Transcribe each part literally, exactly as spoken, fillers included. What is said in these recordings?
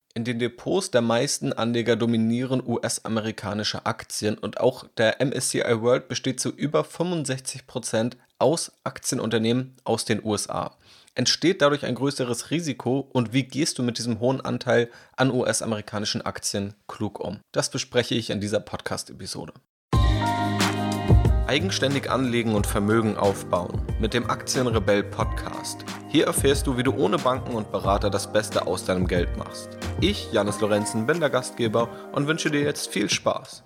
In den Depots der meisten Anleger dominieren U S-amerikanische Aktien und auch der M S C I World besteht zu über fünfundsechzig Prozent aus Aktienunternehmen aus den U S A. Entsteht dadurch ein größeres Risiko und wie gehst du mit diesem hohen Anteil an U S-amerikanischen Aktien klug um? Das bespreche ich in dieser Podcast-Episode. Eigenständig anlegen und Vermögen aufbauen mit dem Aktienrebell Podcast. Hier erfährst du, wie du ohne Banken und Berater das Beste aus deinem Geld machst. Ich, Janis Lorenzen, bin der Gastgeber und wünsche dir jetzt viel Spaß.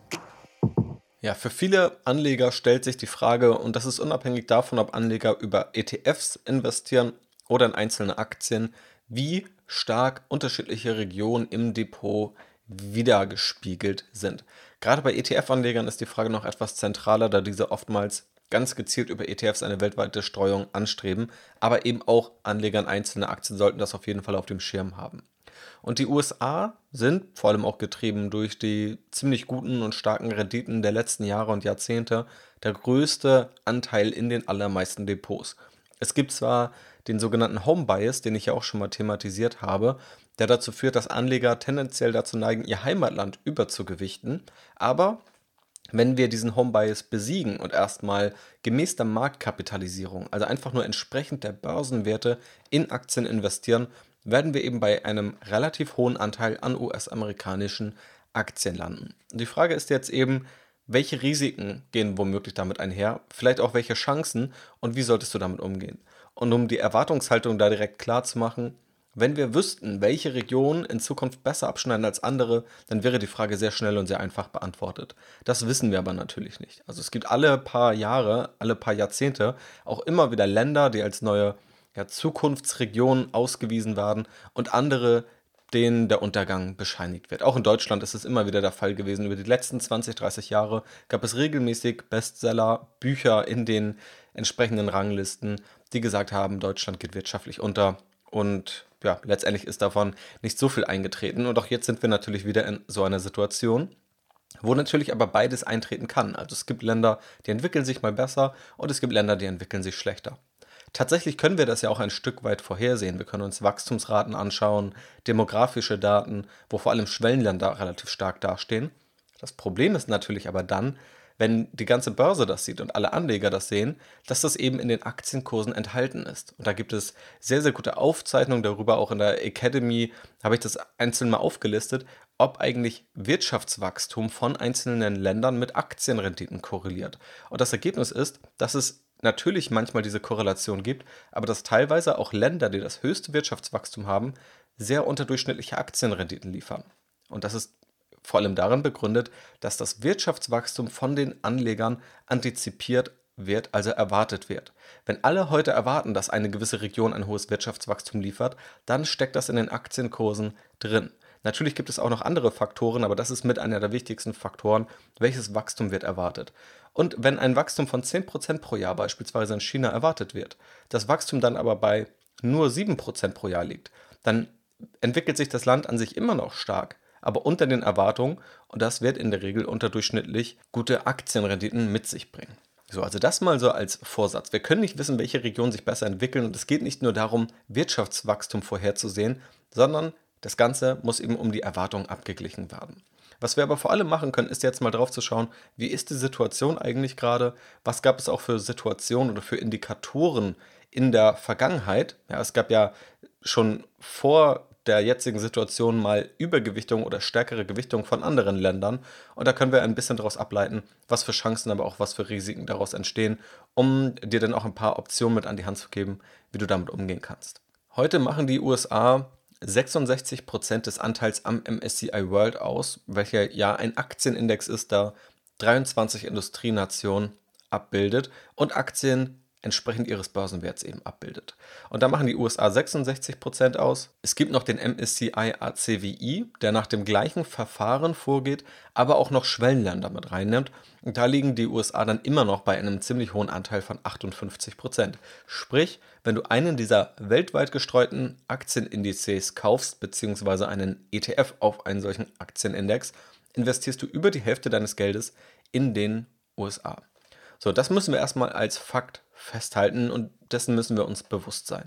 Ja, für viele Anleger stellt sich die Frage, und das ist unabhängig davon, ob Anleger über E T Fs investieren oder in einzelne Aktien, wie stark unterschiedliche Regionen im Depot wiedergespiegelt sind. Gerade bei E T F-Anlegern ist die Frage noch etwas zentraler, da diese oftmals ganz gezielt über E T Fs eine weltweite Streuung anstreben, aber eben auch Anleger in einzelne Aktien sollten das auf jeden Fall auf dem Schirm haben. Und die U S A sind, vor allem auch getrieben durch die ziemlich guten und starken Renditen der letzten Jahre und Jahrzehnte, der größte Anteil in den allermeisten Depots. Es gibt zwar den sogenannten Home Bias, den ich ja auch schon mal thematisiert habe, der dazu führt, dass Anleger tendenziell dazu neigen, ihr Heimatland überzugewichten, aber wenn wir diesen Home Bias besiegen und erstmal gemäß der Marktkapitalisierung, also einfach nur entsprechend der Börsenwerte in Aktien investieren, werden wir eben bei einem relativ hohen Anteil an U S-amerikanischen Aktien landen. Und die Frage ist jetzt eben, welche Risiken gehen womöglich damit einher, vielleicht auch welche Chancen und wie solltest du damit umgehen? Und um die Erwartungshaltung da direkt klar zu machen, wenn wir wüssten, welche Regionen in Zukunft besser abschneiden als andere, dann wäre die Frage sehr schnell und sehr einfach beantwortet. Das wissen wir aber natürlich nicht. Also es gibt alle paar Jahre, alle paar Jahrzehnte auch immer wieder Länder, die als neue ja, Zukunftsregionen ausgewiesen werden und andere, denen der Untergang bescheinigt wird. Auch in Deutschland ist es immer wieder der Fall gewesen. Über die letzten zwanzig, dreißig Jahre gab es regelmäßig Bestseller, Bücher in den entsprechenden Ranglisten, die gesagt haben, Deutschland geht wirtschaftlich unter. Und ja, letztendlich ist davon nicht so viel eingetreten. Und auch jetzt sind wir natürlich wieder in so einer Situation, wo natürlich aber beides eintreten kann. Also es gibt Länder, die entwickeln sich mal besser und es gibt Länder, die entwickeln sich schlechter. Tatsächlich können wir das ja auch ein Stück weit vorhersehen. Wir können uns Wachstumsraten anschauen, demografische Daten, wo vor allem Schwellenländer relativ stark dastehen. Das Problem ist natürlich aber dann, wenn die ganze Börse das sieht und alle Anleger das sehen, dass das eben in den Aktienkursen enthalten ist. Und da gibt es sehr, sehr gute Aufzeichnungen darüber. Auch in der Academy habe ich das einzeln mal aufgelistet, ob eigentlich Wirtschaftswachstum von einzelnen Ländern mit Aktienrenditen korreliert. Und das Ergebnis ist, dass es natürlich manchmal diese Korrelation gibt, aber dass teilweise auch Länder, die das höchste Wirtschaftswachstum haben, sehr unterdurchschnittliche Aktienrenditen liefern. Und das ist vor allem darin begründet, dass das Wirtschaftswachstum von den Anlegern antizipiert wird, also erwartet wird. Wenn alle heute erwarten, dass eine gewisse Region ein hohes Wirtschaftswachstum liefert, dann steckt das in den Aktienkursen drin. Natürlich gibt es auch noch andere Faktoren, aber das ist mit einer der wichtigsten Faktoren, welches Wachstum wird erwartet. Und wenn ein Wachstum von zehn Prozent pro Jahr beispielsweise in China erwartet wird, das Wachstum dann aber bei nur sieben Prozent pro Jahr liegt, dann entwickelt sich das Land an sich immer noch stark, aber unter den Erwartungen, und das wird in der Regel unterdurchschnittlich gute Aktienrenditen mit sich bringen. So, also das mal so als Vorsatz. Wir können nicht wissen, welche Regionen sich besser entwickeln und es geht nicht nur darum, Wirtschaftswachstum vorherzusehen, sondern das Ganze muss eben um die Erwartungen abgeglichen werden. Was wir aber vor allem machen können, ist jetzt mal drauf zu schauen, wie ist die Situation eigentlich gerade, was gab es auch für Situationen oder für Indikatoren in der Vergangenheit. Ja, es gab ja schon vor der jetzigen Situation mal Übergewichtung oder stärkere Gewichtung von anderen Ländern. Und da können wir ein bisschen daraus ableiten, was für Chancen, aber auch was für Risiken daraus entstehen, um dir dann auch ein paar Optionen mit an die Hand zu geben, wie du damit umgehen kannst. Heute machen die U S A sechsundsechzig Prozent des Anteils am M S C I World aus, welcher ja ein Aktienindex ist, der dreiundzwanzig Industrienationen abbildet und Aktien entsprechend ihres Börsenwerts eben abbildet. Und da machen die U S A sechsundsechzig Prozent aus. Es gibt noch den M S C I A C W I, der nach dem gleichen Verfahren vorgeht, aber auch noch Schwellenländer mit reinnimmt. Und da liegen die U S A dann immer noch bei einem ziemlich hohen Anteil von achtundfünfzig Prozent. Sprich, wenn du einen dieser weltweit gestreuten Aktienindizes kaufst, beziehungsweise einen E T F auf einen solchen Aktienindex, investierst du über die Hälfte deines Geldes in den U S A. So, das müssen wir erstmal als Fakt festhalten und dessen müssen wir uns bewusst sein.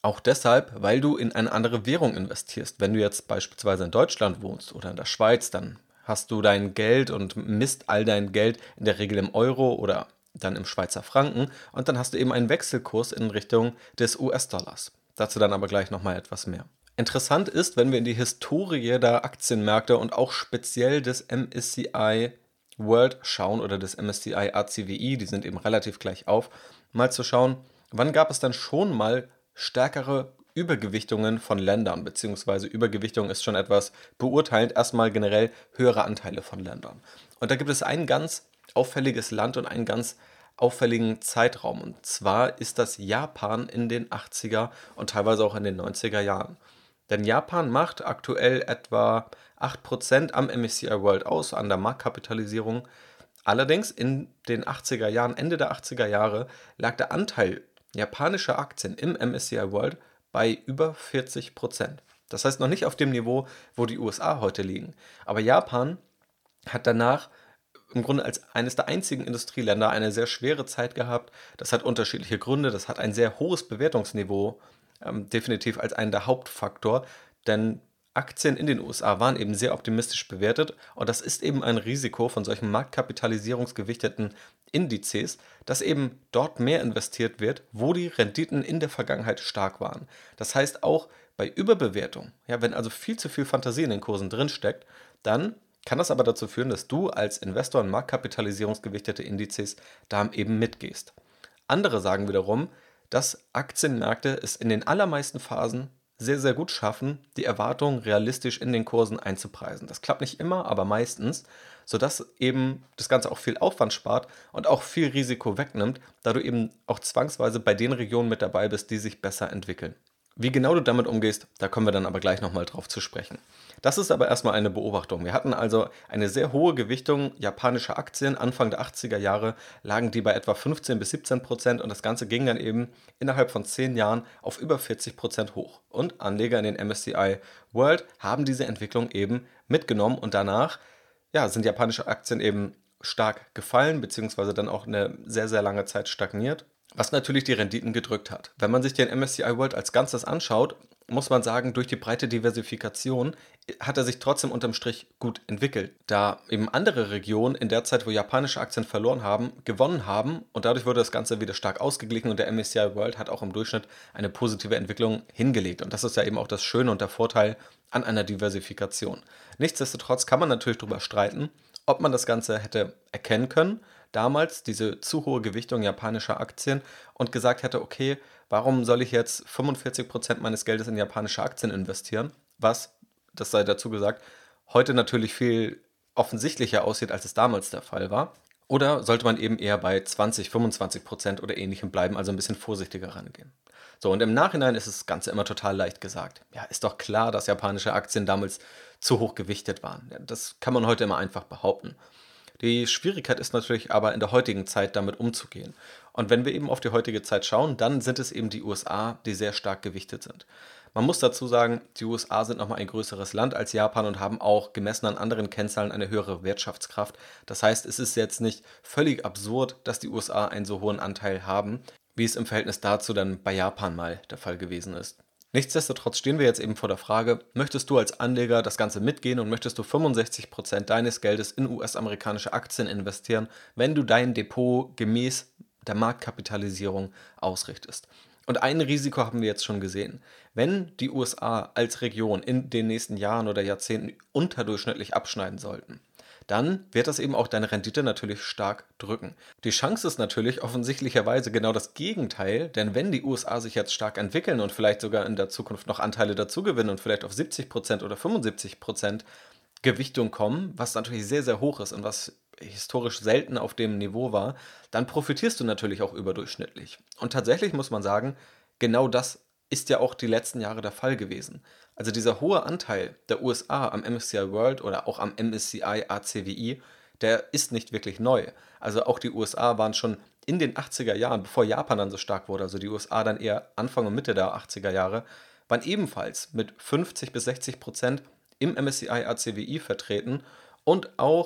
Auch deshalb, weil du in eine andere Währung investierst. Wenn du jetzt beispielsweise in Deutschland wohnst oder in der Schweiz, dann hast du dein Geld und misst all dein Geld in der Regel im Euro oder dann im Schweizer Franken und dann hast du eben einen Wechselkurs in Richtung des U S-Dollars. Dazu dann aber gleich nochmal etwas mehr. Interessant ist, wenn wir in die Historie der Aktienmärkte und auch speziell des M S C I World schauen oder des M S C I A C W I, die sind eben relativ gleich auf, mal zu schauen, wann gab es dann schon mal stärkere Übergewichtungen von Ländern, beziehungsweise Übergewichtung ist schon etwas beurteilend, erstmal generell höhere Anteile von Ländern. Und da gibt es ein ganz auffälliges Land und einen ganz auffälligen Zeitraum. Und zwar ist das Japan in den achtziger und teilweise auch in den neunziger Jahren. Denn Japan macht aktuell etwa acht Prozent am M S C I World aus, an der Marktkapitalisierung. Allerdings in den achtziger Jahren, Ende der achtziger Jahre, lag der Anteil japanischer Aktien im M S C I World bei über vierzig Prozent. Das heißt noch nicht auf dem Niveau, wo die U S A heute liegen. Aber Japan hat danach im Grunde als eines der einzigen Industrieländer eine sehr schwere Zeit gehabt. Das hat unterschiedliche Gründe. Das hat ein sehr hohes Bewertungsniveau, ähm, definitiv als einen der Hauptfaktor. Denn Aktien in den U S A waren eben sehr optimistisch bewertet und das ist eben ein Risiko von solchen marktkapitalisierungsgewichteten Indizes, dass eben dort mehr investiert wird, wo die Renditen in der Vergangenheit stark waren. Das heißt auch bei Überbewertung, ja, wenn also viel zu viel Fantasie in den Kursen drinsteckt, dann kann das aber dazu führen, dass du als Investor in marktkapitalisierungsgewichtete Indizes da eben mitgehst. Andere sagen wiederum, dass Aktienmärkte es in den allermeisten Phasen sehr, sehr gut schaffen, die Erwartungen realistisch in den Kursen einzupreisen. Das klappt nicht immer, aber meistens, sodass eben das Ganze auch viel Aufwand spart und auch viel Risiko wegnimmt, da du eben auch zwangsweise bei den Regionen mit dabei bist, die sich besser entwickeln. Wie genau du damit umgehst, da kommen wir dann aber gleich nochmal drauf zu sprechen. Das ist aber erstmal eine Beobachtung. Wir hatten also eine sehr hohe Gewichtung japanischer Aktien. Anfang der achtziger Jahre lagen die bei etwa fünfzehn bis siebzehn Prozent und das Ganze ging dann eben innerhalb von zehn Jahren auf über vierzig Prozent hoch. Und Anleger in den M S C I World haben diese Entwicklung eben mitgenommen und danach ja, sind japanische Aktien eben stark gefallen, beziehungsweise dann auch eine sehr, sehr lange Zeit stagniert, was natürlich die Renditen gedrückt hat. Wenn man sich den M S C I World als Ganzes anschaut, muss man sagen, durch die breite Diversifikation hat er sich trotzdem unterm Strich gut entwickelt, da eben andere Regionen in der Zeit, wo japanische Aktien verloren haben, gewonnen haben und dadurch wurde das Ganze wieder stark ausgeglichen und der M S C I World hat auch im Durchschnitt eine positive Entwicklung hingelegt und das ist ja eben auch das Schöne und der Vorteil an einer Diversifikation. Nichtsdestotrotz kann man natürlich darüber streiten, ob man das Ganze hätte erkennen können, damals diese zu hohe Gewichtung japanischer Aktien und gesagt hätte, okay, warum soll ich jetzt fünfundvierzig Prozent meines Geldes in japanische Aktien investieren, was, das sei dazu gesagt, heute natürlich viel offensichtlicher aussieht, als es damals der Fall war. Oder sollte man eben eher bei zwanzig, fünfundzwanzig Prozent oder ähnlichem bleiben, also ein bisschen vorsichtiger rangehen. So, und im Nachhinein ist das Ganze immer total leicht gesagt. Ja, ist doch klar, dass japanische Aktien damals zu hoch gewichtet waren. Ja, das kann man heute immer einfach behaupten. Die Schwierigkeit ist natürlich aber in der heutigen Zeit damit umzugehen. Und wenn wir eben auf die heutige Zeit schauen, dann sind es eben die U S A, die sehr stark gewichtet sind. Man muss dazu sagen, die U S A sind nochmal ein größeres Land als Japan und haben auch gemessen an anderen Kennzahlen eine höhere Wirtschaftskraft. Das heißt, es ist jetzt nicht völlig absurd, dass die U S A einen so hohen Anteil haben, wie es im Verhältnis dazu dann bei Japan mal der Fall gewesen ist. Nichtsdestotrotz stehen wir jetzt eben vor der Frage, möchtest du als Anleger das Ganze mitgehen und möchtest du fünfundsechzig Prozent deines Geldes in U S-amerikanische Aktien investieren, wenn du dein Depot gemäß der Marktkapitalisierung ausrichtest? Und ein Risiko haben wir jetzt schon gesehen. Wenn die U S A als Region in den nächsten Jahren oder Jahrzehnten unterdurchschnittlich abschneiden sollten, dann wird das eben auch deine Rendite natürlich stark drücken. Die Chance ist natürlich offensichtlicherweise genau das Gegenteil, denn wenn die U S A sich jetzt stark entwickeln und vielleicht sogar in der Zukunft noch Anteile dazugewinnen und vielleicht auf siebzig Prozent oder fünfundsiebzig Prozent Gewichtung kommen, was natürlich sehr, sehr hoch ist und was historisch selten auf dem Niveau war, dann profitierst du natürlich auch überdurchschnittlich. Und tatsächlich muss man sagen, genau das ist ja auch die letzten Jahre der Fall gewesen. Also dieser hohe Anteil der U S A am M S C I World oder auch am M S C I A C W I, der ist nicht wirklich neu. Also auch die U S A waren schon in den achtziger Jahren, bevor Japan dann so stark wurde, also die U S A dann eher Anfang und Mitte der achtziger Jahre, waren ebenfalls mit fünfzig bis sechzig Prozent im M S C I A C W I vertreten und auch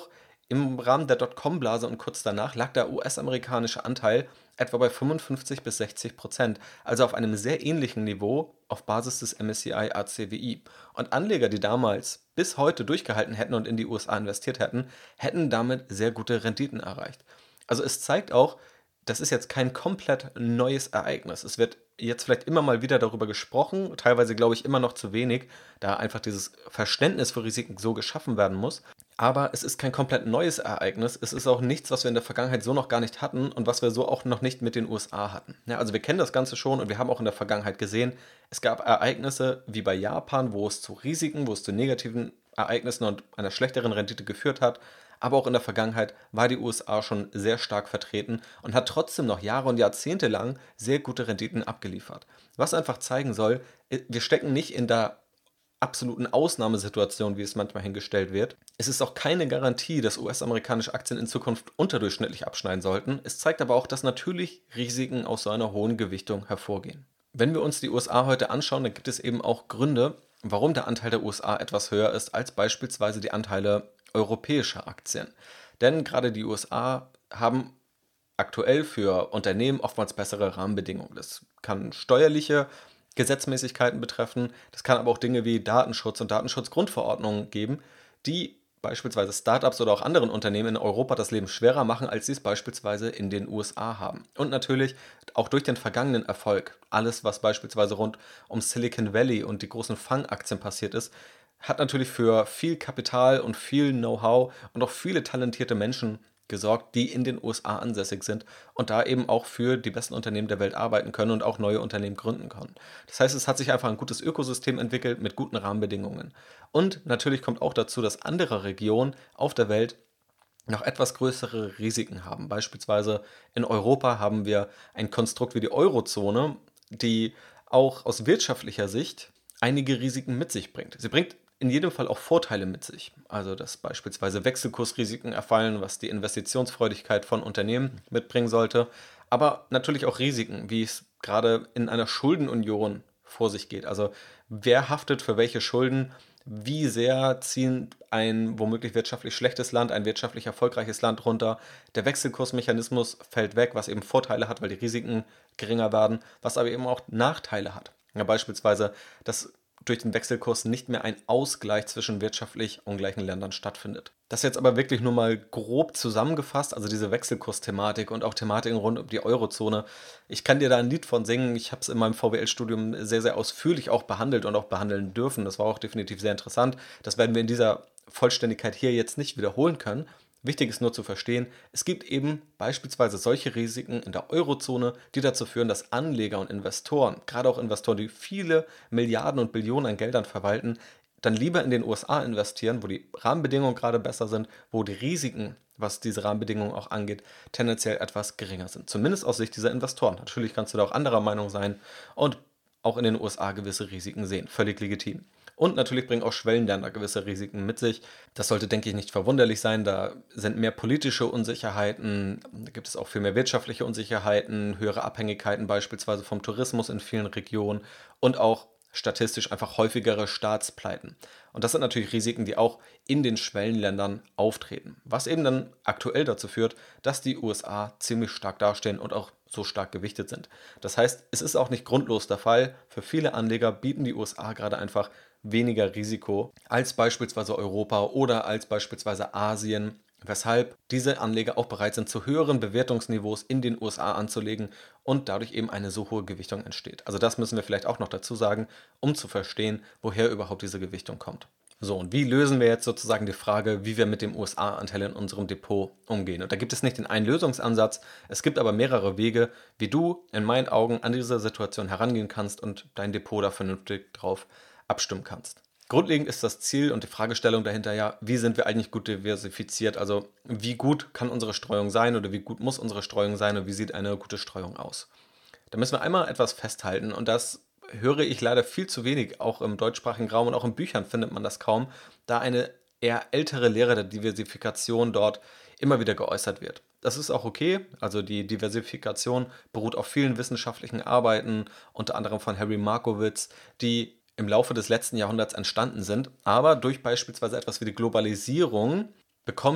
Im Rahmen der Dotcom-Blase und kurz danach lag der U S-amerikanische Anteil etwa bei fünfundfünfzig bis sechzig Prozent, also auf einem sehr ähnlichen Niveau auf Basis des M S C I A C W I. Und Anleger, die damals bis heute durchgehalten hätten und in die U S A investiert hätten, hätten damit sehr gute Renditen erreicht. Also es zeigt auch, das ist jetzt kein komplett neues Ereignis. Es wird jetzt vielleicht immer mal wieder darüber gesprochen, teilweise glaube ich immer noch zu wenig, da einfach dieses Verständnis für Risiken so geschaffen werden muss. Aber es ist kein komplett neues Ereignis. Es ist auch nichts, was wir in der Vergangenheit so noch gar nicht hatten und was wir so auch noch nicht mit den U S A hatten. Ja, also wir kennen das Ganze schon und wir haben auch in der Vergangenheit gesehen, es gab Ereignisse wie bei Japan, wo es zu Risiken, wo es zu negativen Ereignissen und einer schlechteren Rendite geführt hat. Aber auch in der Vergangenheit war die U S A schon sehr stark vertreten und hat trotzdem noch Jahre und Jahrzehnte lang sehr gute Renditen abgeliefert. Was einfach zeigen soll, wir stecken nicht in der absoluten Ausnahmesituation, wie es manchmal hingestellt wird. Es ist auch keine Garantie, dass U S-amerikanische Aktien in Zukunft unterdurchschnittlich abschneiden sollten. Es zeigt aber auch, dass natürlich Risiken aus so einer hohen Gewichtung hervorgehen. Wenn wir uns die U S A heute anschauen, dann gibt es eben auch Gründe, warum der Anteil der U S A etwas höher ist als beispielsweise die Anteile europäischer Aktien. Denn gerade die U S A haben aktuell für Unternehmen oftmals bessere Rahmenbedingungen. Das kann steuerliche Gesetzmäßigkeiten betreffen, das kann aber auch Dinge wie Datenschutz und Datenschutzgrundverordnungen geben, die beispielsweise Startups oder auch anderen Unternehmen in Europa das Leben schwerer machen, als sie es beispielsweise in den U S A haben. Und natürlich auch durch den vergangenen Erfolg, alles was beispielsweise rund um Silicon Valley und die großen Fangaktien passiert ist, hat natürlich für viel Kapital und viel Know-how und auch viele talentierte Menschen gesorgt, die in den U S A ansässig sind und da eben auch für die besten Unternehmen der Welt arbeiten können und auch neue Unternehmen gründen können. Das heißt, es hat sich einfach ein gutes Ökosystem entwickelt mit guten Rahmenbedingungen. Und natürlich kommt auch dazu, dass andere Regionen auf der Welt noch etwas größere Risiken haben. Beispielsweise in Europa haben wir ein Konstrukt wie die Eurozone, die auch aus wirtschaftlicher Sicht einige Risiken mit sich bringt. Sie bringt in jedem Fall auch Vorteile mit sich. Also, dass beispielsweise Wechselkursrisiken erfallen, was die Investitionsfreudigkeit von Unternehmen mitbringen sollte. Aber natürlich auch Risiken, wie es gerade in einer Schuldenunion vor sich geht. Also, wer haftet für welche Schulden? Wie sehr ziehen ein womöglich wirtschaftlich schlechtes Land, ein wirtschaftlich erfolgreiches Land runter? Der Wechselkursmechanismus fällt weg, was eben Vorteile hat, weil die Risiken geringer werden, was aber eben auch Nachteile hat. Ja, beispielsweise, dass durch den Wechselkurs nicht mehr ein Ausgleich zwischen wirtschaftlich ungleichen Ländern stattfindet. Das jetzt aber wirklich nur mal grob zusammengefasst, also diese Wechselkursthematik und auch Thematiken rund um die Eurozone. Ich kann dir da ein Lied von singen. Ich habe es in meinem V W L-Studium sehr, sehr ausführlich auch behandelt und auch behandeln dürfen. Das war auch definitiv sehr interessant. Das werden wir in dieser Vollständigkeit hier jetzt nicht wiederholen können. Wichtig ist nur zu verstehen, es gibt eben beispielsweise solche Risiken in der Eurozone, die dazu führen, dass Anleger und Investoren, gerade auch Investoren, die viele Milliarden und Billionen an Geldern verwalten, dann lieber in den U S A investieren, wo die Rahmenbedingungen gerade besser sind, wo die Risiken, was diese Rahmenbedingungen auch angeht, tendenziell etwas geringer sind. Zumindest aus Sicht dieser Investoren. Natürlich kannst du da auch anderer Meinung sein und auch in den U S A gewisse Risiken sehen. Völlig legitim. Und natürlich bringen auch Schwellenländer gewisse Risiken mit sich. Das sollte, denke ich, nicht verwunderlich sein. Da sind mehr politische Unsicherheiten, da gibt es auch viel mehr wirtschaftliche Unsicherheiten, höhere Abhängigkeiten beispielsweise vom Tourismus in vielen Regionen und auch statistisch einfach häufigere Staatspleiten. Und das sind natürlich Risiken, die auch in den Schwellenländern auftreten. Was eben dann aktuell dazu führt, dass die U S A ziemlich stark dastehen und auch so stark gewichtet sind. Das heißt, es ist auch nicht grundlos der Fall. Für viele Anleger bieten die U S A gerade einfach weniger Risiko als beispielsweise Europa oder als beispielsweise Asien, weshalb diese Anleger auch bereit sind, zu höheren Bewertungsniveaus in den U S A anzulegen und dadurch eben eine so hohe Gewichtung entsteht. Also das müssen wir vielleicht auch noch dazu sagen, um zu verstehen, woher überhaupt diese Gewichtung kommt. So, und wie lösen wir jetzt sozusagen die Frage, wie wir mit dem U S A-Anteil in unserem Depot umgehen? Und da gibt es nicht den einen Lösungsansatz, es gibt aber mehrere Wege, wie du in meinen Augen an diese Situation herangehen kannst und dein Depot da vernünftig drauf abstimmen kannst. Grundlegend ist das Ziel und die Fragestellung dahinter ja, wie sind wir eigentlich gut diversifiziert? Also wie gut kann unsere Streuung sein oder wie gut muss unsere Streuung sein und wie sieht eine gute Streuung aus? Da müssen wir einmal etwas festhalten und das höre ich leider viel zu wenig, auch im deutschsprachigen Raum und auch in Büchern findet man das kaum, da eine eher ältere Lehre der Diversifikation dort immer wieder geäußert wird. Das ist auch okay, also die Diversifikation beruht auf vielen wissenschaftlichen Arbeiten, unter anderem von Harry Markowitz, die im Laufe des letzten Jahrhunderts entstanden sind, aber durch beispielsweise etwas wie die Globalisierung bekommt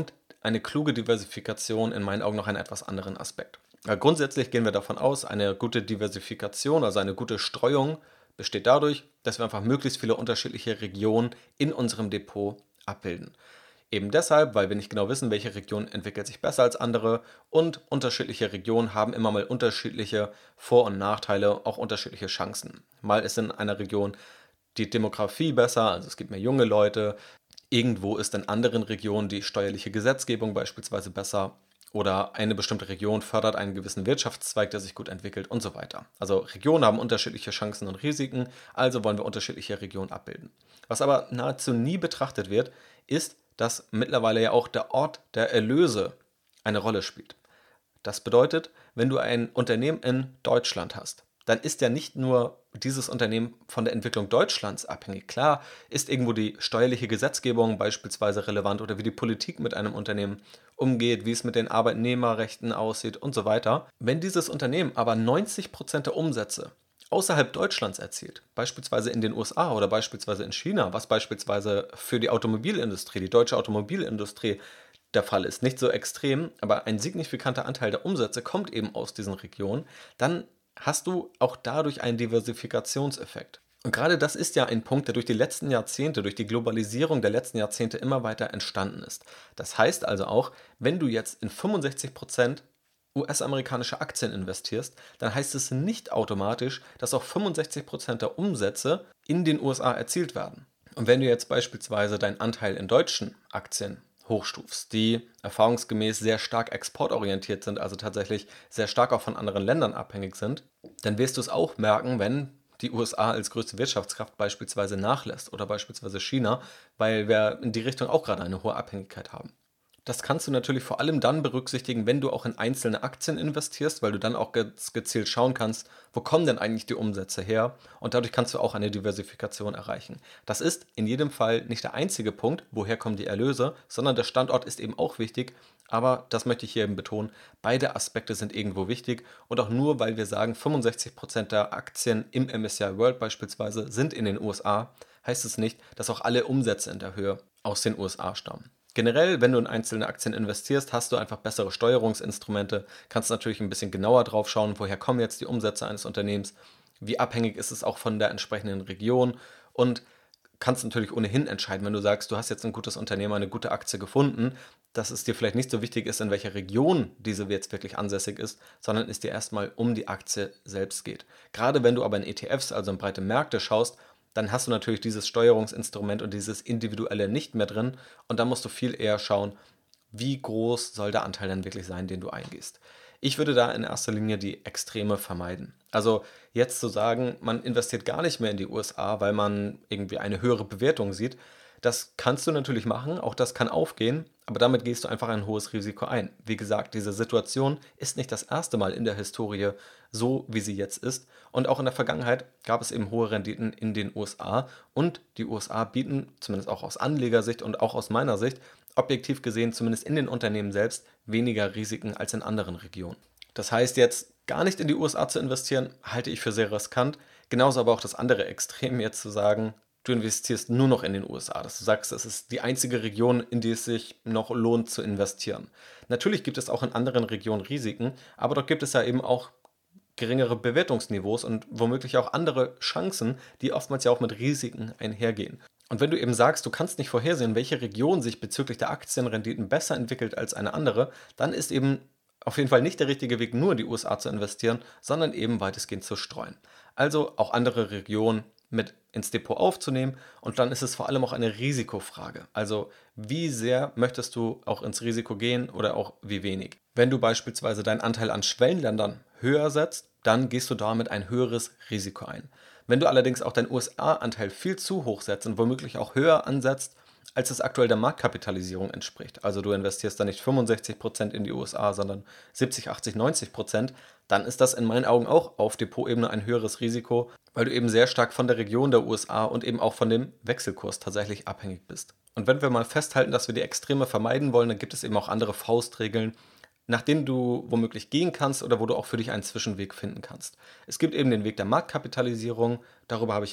eine kluge Diversifikation in meinen Augen noch einen etwas anderen Aspekt. Ja, grundsätzlich gehen wir davon aus, eine gute Diversifikation, also eine gute Streuung, besteht dadurch, dass wir einfach möglichst viele unterschiedliche Regionen in unserem Depot abbilden. Eben deshalb, weil wir nicht genau wissen, welche Region entwickelt sich besser als andere und unterschiedliche Regionen haben immer mal unterschiedliche Vor- und Nachteile, auch unterschiedliche Chancen. Mal ist in einer Region die Demografie besser, also es gibt mehr junge Leute. Irgendwo ist in anderen Regionen die steuerliche Gesetzgebung beispielsweise besser oder eine bestimmte Region fördert einen gewissen Wirtschaftszweig, der sich gut entwickelt und so weiter. Also Regionen haben unterschiedliche Chancen und Risiken, also wollen wir unterschiedliche Regionen abbilden. Was aber nahezu nie betrachtet wird, ist, dass mittlerweile ja auch der Ort der Erlöse eine Rolle spielt. Das bedeutet, wenn du ein Unternehmen in Deutschland hast, dann ist ja nicht nur dieses Unternehmen von der Entwicklung Deutschlands abhängig. Klar ist irgendwo die steuerliche Gesetzgebung beispielsweise relevant oder wie die Politik mit einem Unternehmen umgeht, wie es mit den Arbeitnehmerrechten aussieht und so weiter. Wenn dieses Unternehmen aber neunzig Prozent der Umsätze außerhalb Deutschlands erzielt, beispielsweise in den U S A oder beispielsweise in China, was beispielsweise für die Automobilindustrie, die deutsche Automobilindustrie der Fall ist, nicht so extrem, aber ein signifikanter Anteil der Umsätze kommt eben aus diesen Regionen, dann hast du auch dadurch einen Diversifikationseffekt. Und gerade das ist ja ein Punkt, der durch die letzten Jahrzehnte, durch die Globalisierung der letzten Jahrzehnte immer weiter entstanden ist. Das heißt also auch, wenn du jetzt in fünfundsechzig Prozent U S-amerikanische Aktien investierst, dann heißt es nicht automatisch, dass auch fünfundsechzig Prozent der Umsätze in den U S A erzielt werden. Und wenn du jetzt beispielsweise deinen Anteil in deutschen Aktien hochstufst, die erfahrungsgemäß sehr stark exportorientiert sind, also tatsächlich sehr stark auch von anderen Ländern abhängig sind, dann wirst du es auch merken, wenn die U S A als größte Wirtschaftskraft beispielsweise nachlässt oder beispielsweise China, weil wir in die Richtung auch gerade eine hohe Abhängigkeit haben. Das kannst du natürlich vor allem dann berücksichtigen, wenn du auch in einzelne Aktien investierst, weil du dann auch gezielt schauen kannst, wo kommen denn eigentlich die Umsätze her, und dadurch kannst du auch eine Diversifikation erreichen. Das ist in jedem Fall nicht der einzige Punkt, woher kommen die Erlöse, sondern der Standort ist eben auch wichtig, aber das möchte ich hier eben betonen, beide Aspekte sind irgendwo wichtig und auch nur, weil wir sagen, fünfundsechzig Prozent der Aktien im M S C I World beispielsweise sind in den U S A, heißt es nicht, dass auch alle Umsätze in der Höhe aus den U S A stammen. Generell, wenn du in einzelne Aktien investierst, hast du einfach bessere Steuerungsinstrumente, kannst natürlich ein bisschen genauer drauf schauen, woher kommen jetzt die Umsätze eines Unternehmens, wie abhängig ist es auch von der entsprechenden Region, und kannst natürlich ohnehin entscheiden, wenn du sagst, du hast jetzt ein gutes Unternehmen, eine gute Aktie gefunden, dass es dir vielleicht nicht so wichtig ist, in welcher Region diese jetzt wirklich ansässig ist, sondern es dir erstmal um die Aktie selbst geht. Gerade wenn du aber in E T Fs, also in breite Märkte schaust, dann hast du natürlich dieses Steuerungsinstrument und dieses Individuelle nicht mehr drin, und dann musst du viel eher schauen, wie groß soll der Anteil dann wirklich sein, den du eingehst. Ich würde da in erster Linie die Extreme vermeiden. Also jetzt zu sagen, man investiert gar nicht mehr in die U S A, weil man irgendwie eine höhere Bewertung sieht, das kannst du natürlich machen, auch das kann aufgehen, aber damit gehst du einfach ein hohes Risiko ein. Wie gesagt, diese Situation ist nicht das erste Mal in der Historie so, wie sie jetzt ist, und auch in der Vergangenheit gab es eben hohe Renditen in den U S A, und die U S A bieten, zumindest auch aus Anlegersicht und auch aus meiner Sicht, objektiv gesehen, zumindest in den Unternehmen selbst, weniger Risiken als in anderen Regionen. Das heißt, jetzt gar nicht in die U S A zu investieren, halte ich für sehr riskant. Genauso aber auch das andere Extrem, jetzt zu sagen, du investierst nur noch in den U S A, dass du sagst, es ist die einzige Region, in die es sich noch lohnt zu investieren. Natürlich gibt es auch in anderen Regionen Risiken, aber dort gibt es ja eben auch geringere Bewertungsniveaus und womöglich auch andere Chancen, die oftmals ja auch mit Risiken einhergehen. Und wenn du eben sagst, du kannst nicht vorhersehen, welche Region sich bezüglich der Aktienrenditen besser entwickelt als eine andere, dann ist eben auf jeden Fall nicht der richtige Weg, nur in die U S A zu investieren, sondern eben weitestgehend zu streuen. Also auch andere Regionen mit ins Depot aufzunehmen, und dann ist es vor allem auch eine Risikofrage. Also wie sehr möchtest du auch ins Risiko gehen oder auch wie wenig. Wenn du beispielsweise deinen Anteil an Schwellenländern höher setzt, dann gehst du damit ein höheres Risiko ein. Wenn du allerdings auch deinen U S A-Anteil viel zu hoch setzt und womöglich auch höher ansetzt, als es aktuell der Marktkapitalisierung entspricht, also du investierst da nicht fünfundsechzig Prozent in die U S A, sondern siebzig, achtzig, neunzig Prozent, dann ist das in meinen Augen auch auf Depotebene ein höheres Risiko, weil du eben sehr stark von der Region der U S A und eben auch von dem Wechselkurs tatsächlich abhängig bist. Und wenn wir mal festhalten, dass wir die Extreme vermeiden wollen, dann gibt es eben auch andere Faustregeln, nach denen du womöglich gehen kannst oder wo du auch für dich einen Zwischenweg finden kannst. Es gibt eben den Weg der Marktkapitalisierung, darüber habe ich ja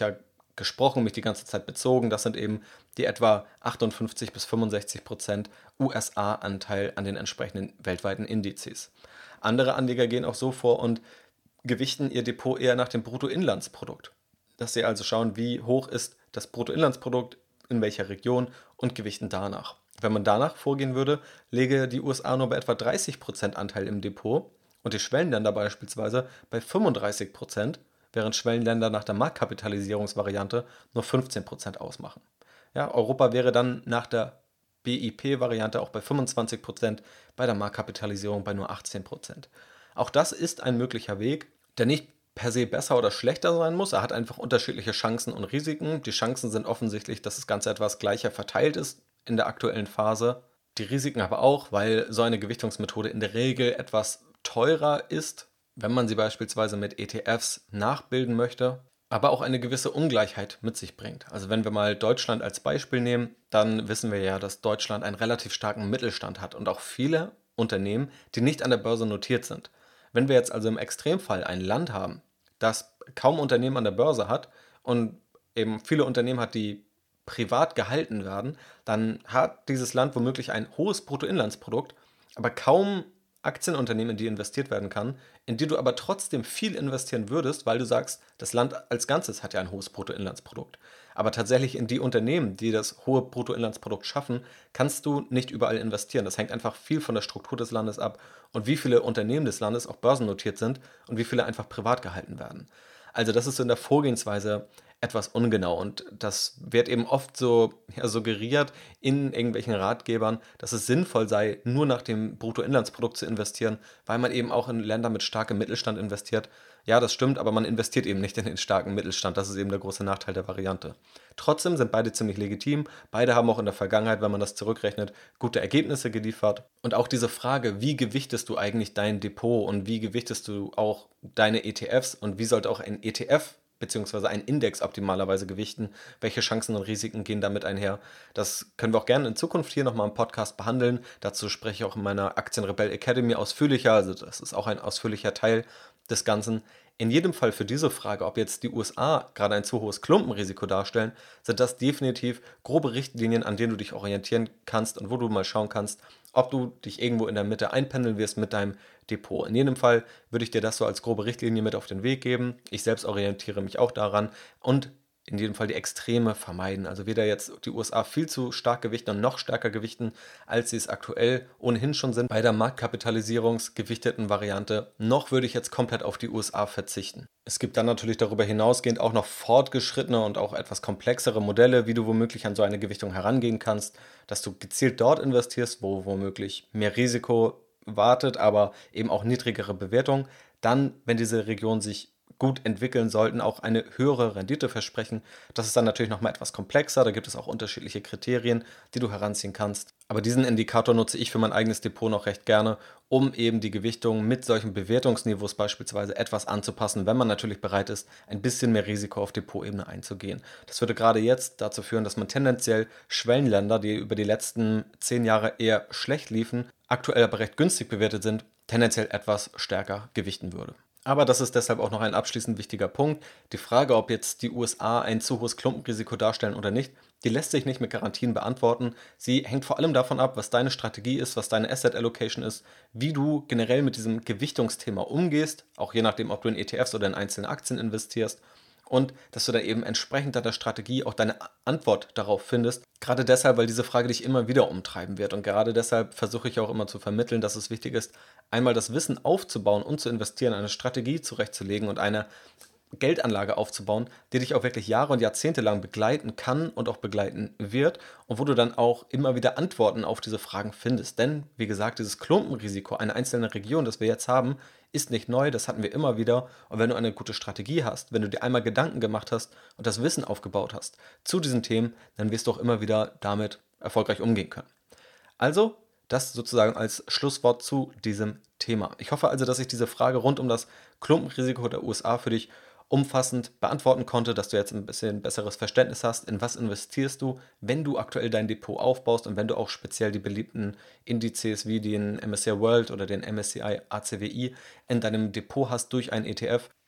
gesprochen, mich die ganze Zeit bezogen. Das sind eben die etwa achtundfünfzig bis fünfundsechzig Prozent U S A-Anteil an den entsprechenden weltweiten Indizes. Andere Anleger gehen auch so vor und gewichten ihr Depot eher nach dem Bruttoinlandsprodukt. Dass sie also schauen, wie hoch ist das Bruttoinlandsprodukt, in welcher Region und gewichten danach. Wenn man danach vorgehen würde, läge die U S A nur bei etwa dreißig Prozent Anteil im Depot und die Schwellenländer beispielsweise bei fünfunddreißig Prozent, während Schwellenländer nach der Marktkapitalisierungsvariante nur fünfzehn Prozent ausmachen. Ja, Europa wäre dann nach der B I P-Variante auch bei fünfundzwanzig Prozent, bei der Marktkapitalisierung bei nur achtzehn Prozent. Auch das ist ein möglicher Weg, der nicht per se besser oder schlechter sein muss. Er hat einfach unterschiedliche Chancen und Risiken. Die Chancen sind offensichtlich, dass das Ganze etwas gleicher verteilt ist in der aktuellen Phase. Die Risiken aber auch, weil so eine Gewichtungsmethode in der Regel etwas teurer ist, wenn man sie beispielsweise mit E T Fs nachbilden möchte, aber auch eine gewisse Ungleichheit mit sich bringt. Also wenn wir mal Deutschland als Beispiel nehmen, dann wissen wir ja, dass Deutschland einen relativ starken Mittelstand hat und auch viele Unternehmen, die nicht an der Börse notiert sind. Wenn wir jetzt also im Extremfall ein Land haben, das kaum Unternehmen an der Börse hat und eben viele Unternehmen hat, die privat gehalten werden, dann hat dieses Land womöglich ein hohes Bruttoinlandsprodukt, aber kaum Aktienunternehmen, in die investiert werden kann, in die du aber trotzdem viel investieren würdest, weil du sagst, das Land als Ganzes hat ja ein hohes Bruttoinlandsprodukt. Aber tatsächlich in die Unternehmen, die das hohe Bruttoinlandsprodukt schaffen, kannst du nicht überall investieren. Das hängt einfach viel von der Struktur des Landes ab und wie viele Unternehmen des Landes auch börsennotiert sind und wie viele einfach privat gehalten werden. Also das ist so in der Vorgehensweise etwas ungenau und das wird eben oft so ja, suggeriert in irgendwelchen Ratgebern, dass es sinnvoll sei, nur nach dem Bruttoinlandsprodukt zu investieren, weil man eben auch in Länder mit starkem Mittelstand investiert. Ja, das stimmt, aber man investiert eben nicht in den starken Mittelstand. Das ist eben der große Nachteil der Variante. Trotzdem sind beide ziemlich legitim. Beide haben auch in der Vergangenheit, wenn man das zurückrechnet, gute Ergebnisse geliefert. Und auch diese Frage, wie gewichtest du eigentlich dein Depot und wie gewichtest du auch deine E T Fs und wie sollte auch ein E T F beziehungsweise einen Index optimalerweise gewichten, welche Chancen und Risiken gehen damit einher. Das können wir auch gerne in Zukunft hier nochmal im Podcast behandeln. Dazu spreche ich auch in meiner Aktienrebell Academy ausführlicher, also das ist auch ein ausführlicher Teil des Ganzen. In jedem Fall für diese Frage, ob jetzt die U S A gerade ein zu hohes Klumpenrisiko darstellen, sind das definitiv grobe Richtlinien, an denen du dich orientieren kannst und wo du mal schauen kannst, ob du dich irgendwo in der Mitte einpendeln wirst mit deinem Depot. In jedem Fall würde ich dir das so als grobe Richtlinie mit auf den Weg geben. Ich selbst orientiere mich auch daran und in jedem Fall die Extreme vermeiden. Also weder jetzt die U S A viel zu stark gewichten und noch stärker gewichten, als sie es aktuell ohnehin schon sind bei der marktkapitalisierungsgewichteten Variante, noch würde ich jetzt komplett auf die U S A verzichten. Es gibt dann natürlich darüber hinausgehend auch noch fortgeschrittene und auch etwas komplexere Modelle, wie du womöglich an so eine Gewichtung herangehen kannst, dass du gezielt dort investierst, wo womöglich mehr Risiko wartet, aber eben auch niedrigere Bewertung. Dann, wenn diese Region sich gut entwickeln sollten, auch eine höhere Rendite versprechen. Das ist dann natürlich nochmal etwas komplexer, da gibt es auch unterschiedliche Kriterien, die du heranziehen kannst. Aber diesen Indikator nutze ich für mein eigenes Depot noch recht gerne, um eben die Gewichtung mit solchen Bewertungsniveaus beispielsweise etwas anzupassen, wenn man natürlich bereit ist, ein bisschen mehr Risiko auf Depotebene einzugehen. Das würde gerade jetzt dazu führen, dass man tendenziell Schwellenländer, die über die letzten zehn Jahre eher schlecht liefen, aktuell aber recht günstig bewertet sind, tendenziell etwas stärker gewichten würde. Aber das ist deshalb auch noch ein abschließend wichtiger Punkt. Die Frage, ob jetzt die U S A ein zu hohes Klumpenrisiko darstellen oder nicht, die lässt sich nicht mit Garantien beantworten. Sie hängt vor allem davon ab, was deine Strategie ist, was deine Asset Allocation ist, wie du generell mit diesem Gewichtungsthema umgehst, auch je nachdem, ob du in E T Fs oder in einzelne Aktien investierst. Und dass du dann eben entsprechend deiner Strategie auch deine Antwort darauf findest. Gerade deshalb, weil diese Frage dich immer wieder umtreiben wird. Und gerade deshalb versuche ich auch immer zu vermitteln, dass es wichtig ist, einmal das Wissen aufzubauen und zu investieren, eine Strategie zurechtzulegen und eine Geldanlage aufzubauen, die dich auch wirklich Jahre und Jahrzehnte lang begleiten kann und auch begleiten wird und wo du dann auch immer wieder Antworten auf diese Fragen findest. Denn, wie gesagt, dieses Klumpenrisiko einer einzelnen Region, das wir jetzt haben, ist nicht neu, das hatten wir immer wieder. Und wenn du eine gute Strategie hast, wenn du dir einmal Gedanken gemacht hast und das Wissen aufgebaut hast zu diesen Themen, dann wirst du auch immer wieder damit erfolgreich umgehen können. Also, das sozusagen als Schlusswort zu diesem Thema. Ich hoffe also, dass ich diese Frage rund um das Klumpenrisiko der U S A für dich umfassend beantworten konnte, dass du jetzt ein bisschen besseres Verständnis hast, in was investierst du, wenn du aktuell dein Depot aufbaust und wenn du auch speziell die beliebten Indizes wie den M S C I World oder den M S C I A C W I in deinem Depot hast durch einen E T F.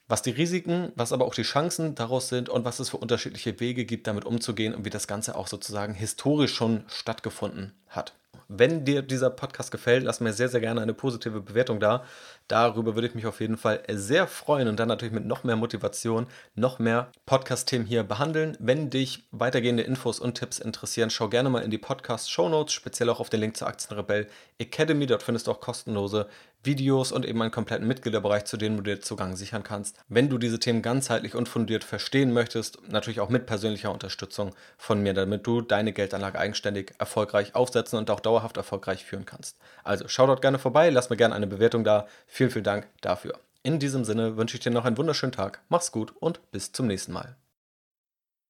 was die Risiken, was aber auch die Chancen daraus sind und was es für unterschiedliche Wege gibt, damit umzugehen und wie das Ganze auch sozusagen historisch schon stattgefunden hat. Wenn dir dieser Podcast gefällt, lass mir sehr, sehr gerne eine positive Bewertung da. Darüber würde ich mich auf jeden Fall sehr freuen und dann natürlich mit noch mehr Motivation, noch mehr Podcast-Themen hier behandeln. Wenn dich weitergehende Infos und Tipps interessieren, schau gerne mal in die Podcast-Shownotes, speziell auch auf den Link zur Aktienrebell Academy. Dort findest du auch kostenlose Videos und eben einen kompletten Mitgliederbereich, zu dem du dir Zugang sichern kannst. Wenn du diese Themen ganzheitlich und fundiert verstehen möchtest, natürlich auch mit persönlicher Unterstützung von mir, damit du deine Geldanlage eigenständig erfolgreich aufsetzen und auch dauerhaft erfolgreich führen kannst. Also schau dort gerne vorbei, lass mir gerne eine Bewertung da. Vielen, vielen Dank dafür. In diesem Sinne wünsche ich dir noch einen wunderschönen Tag, mach's gut und bis zum nächsten Mal.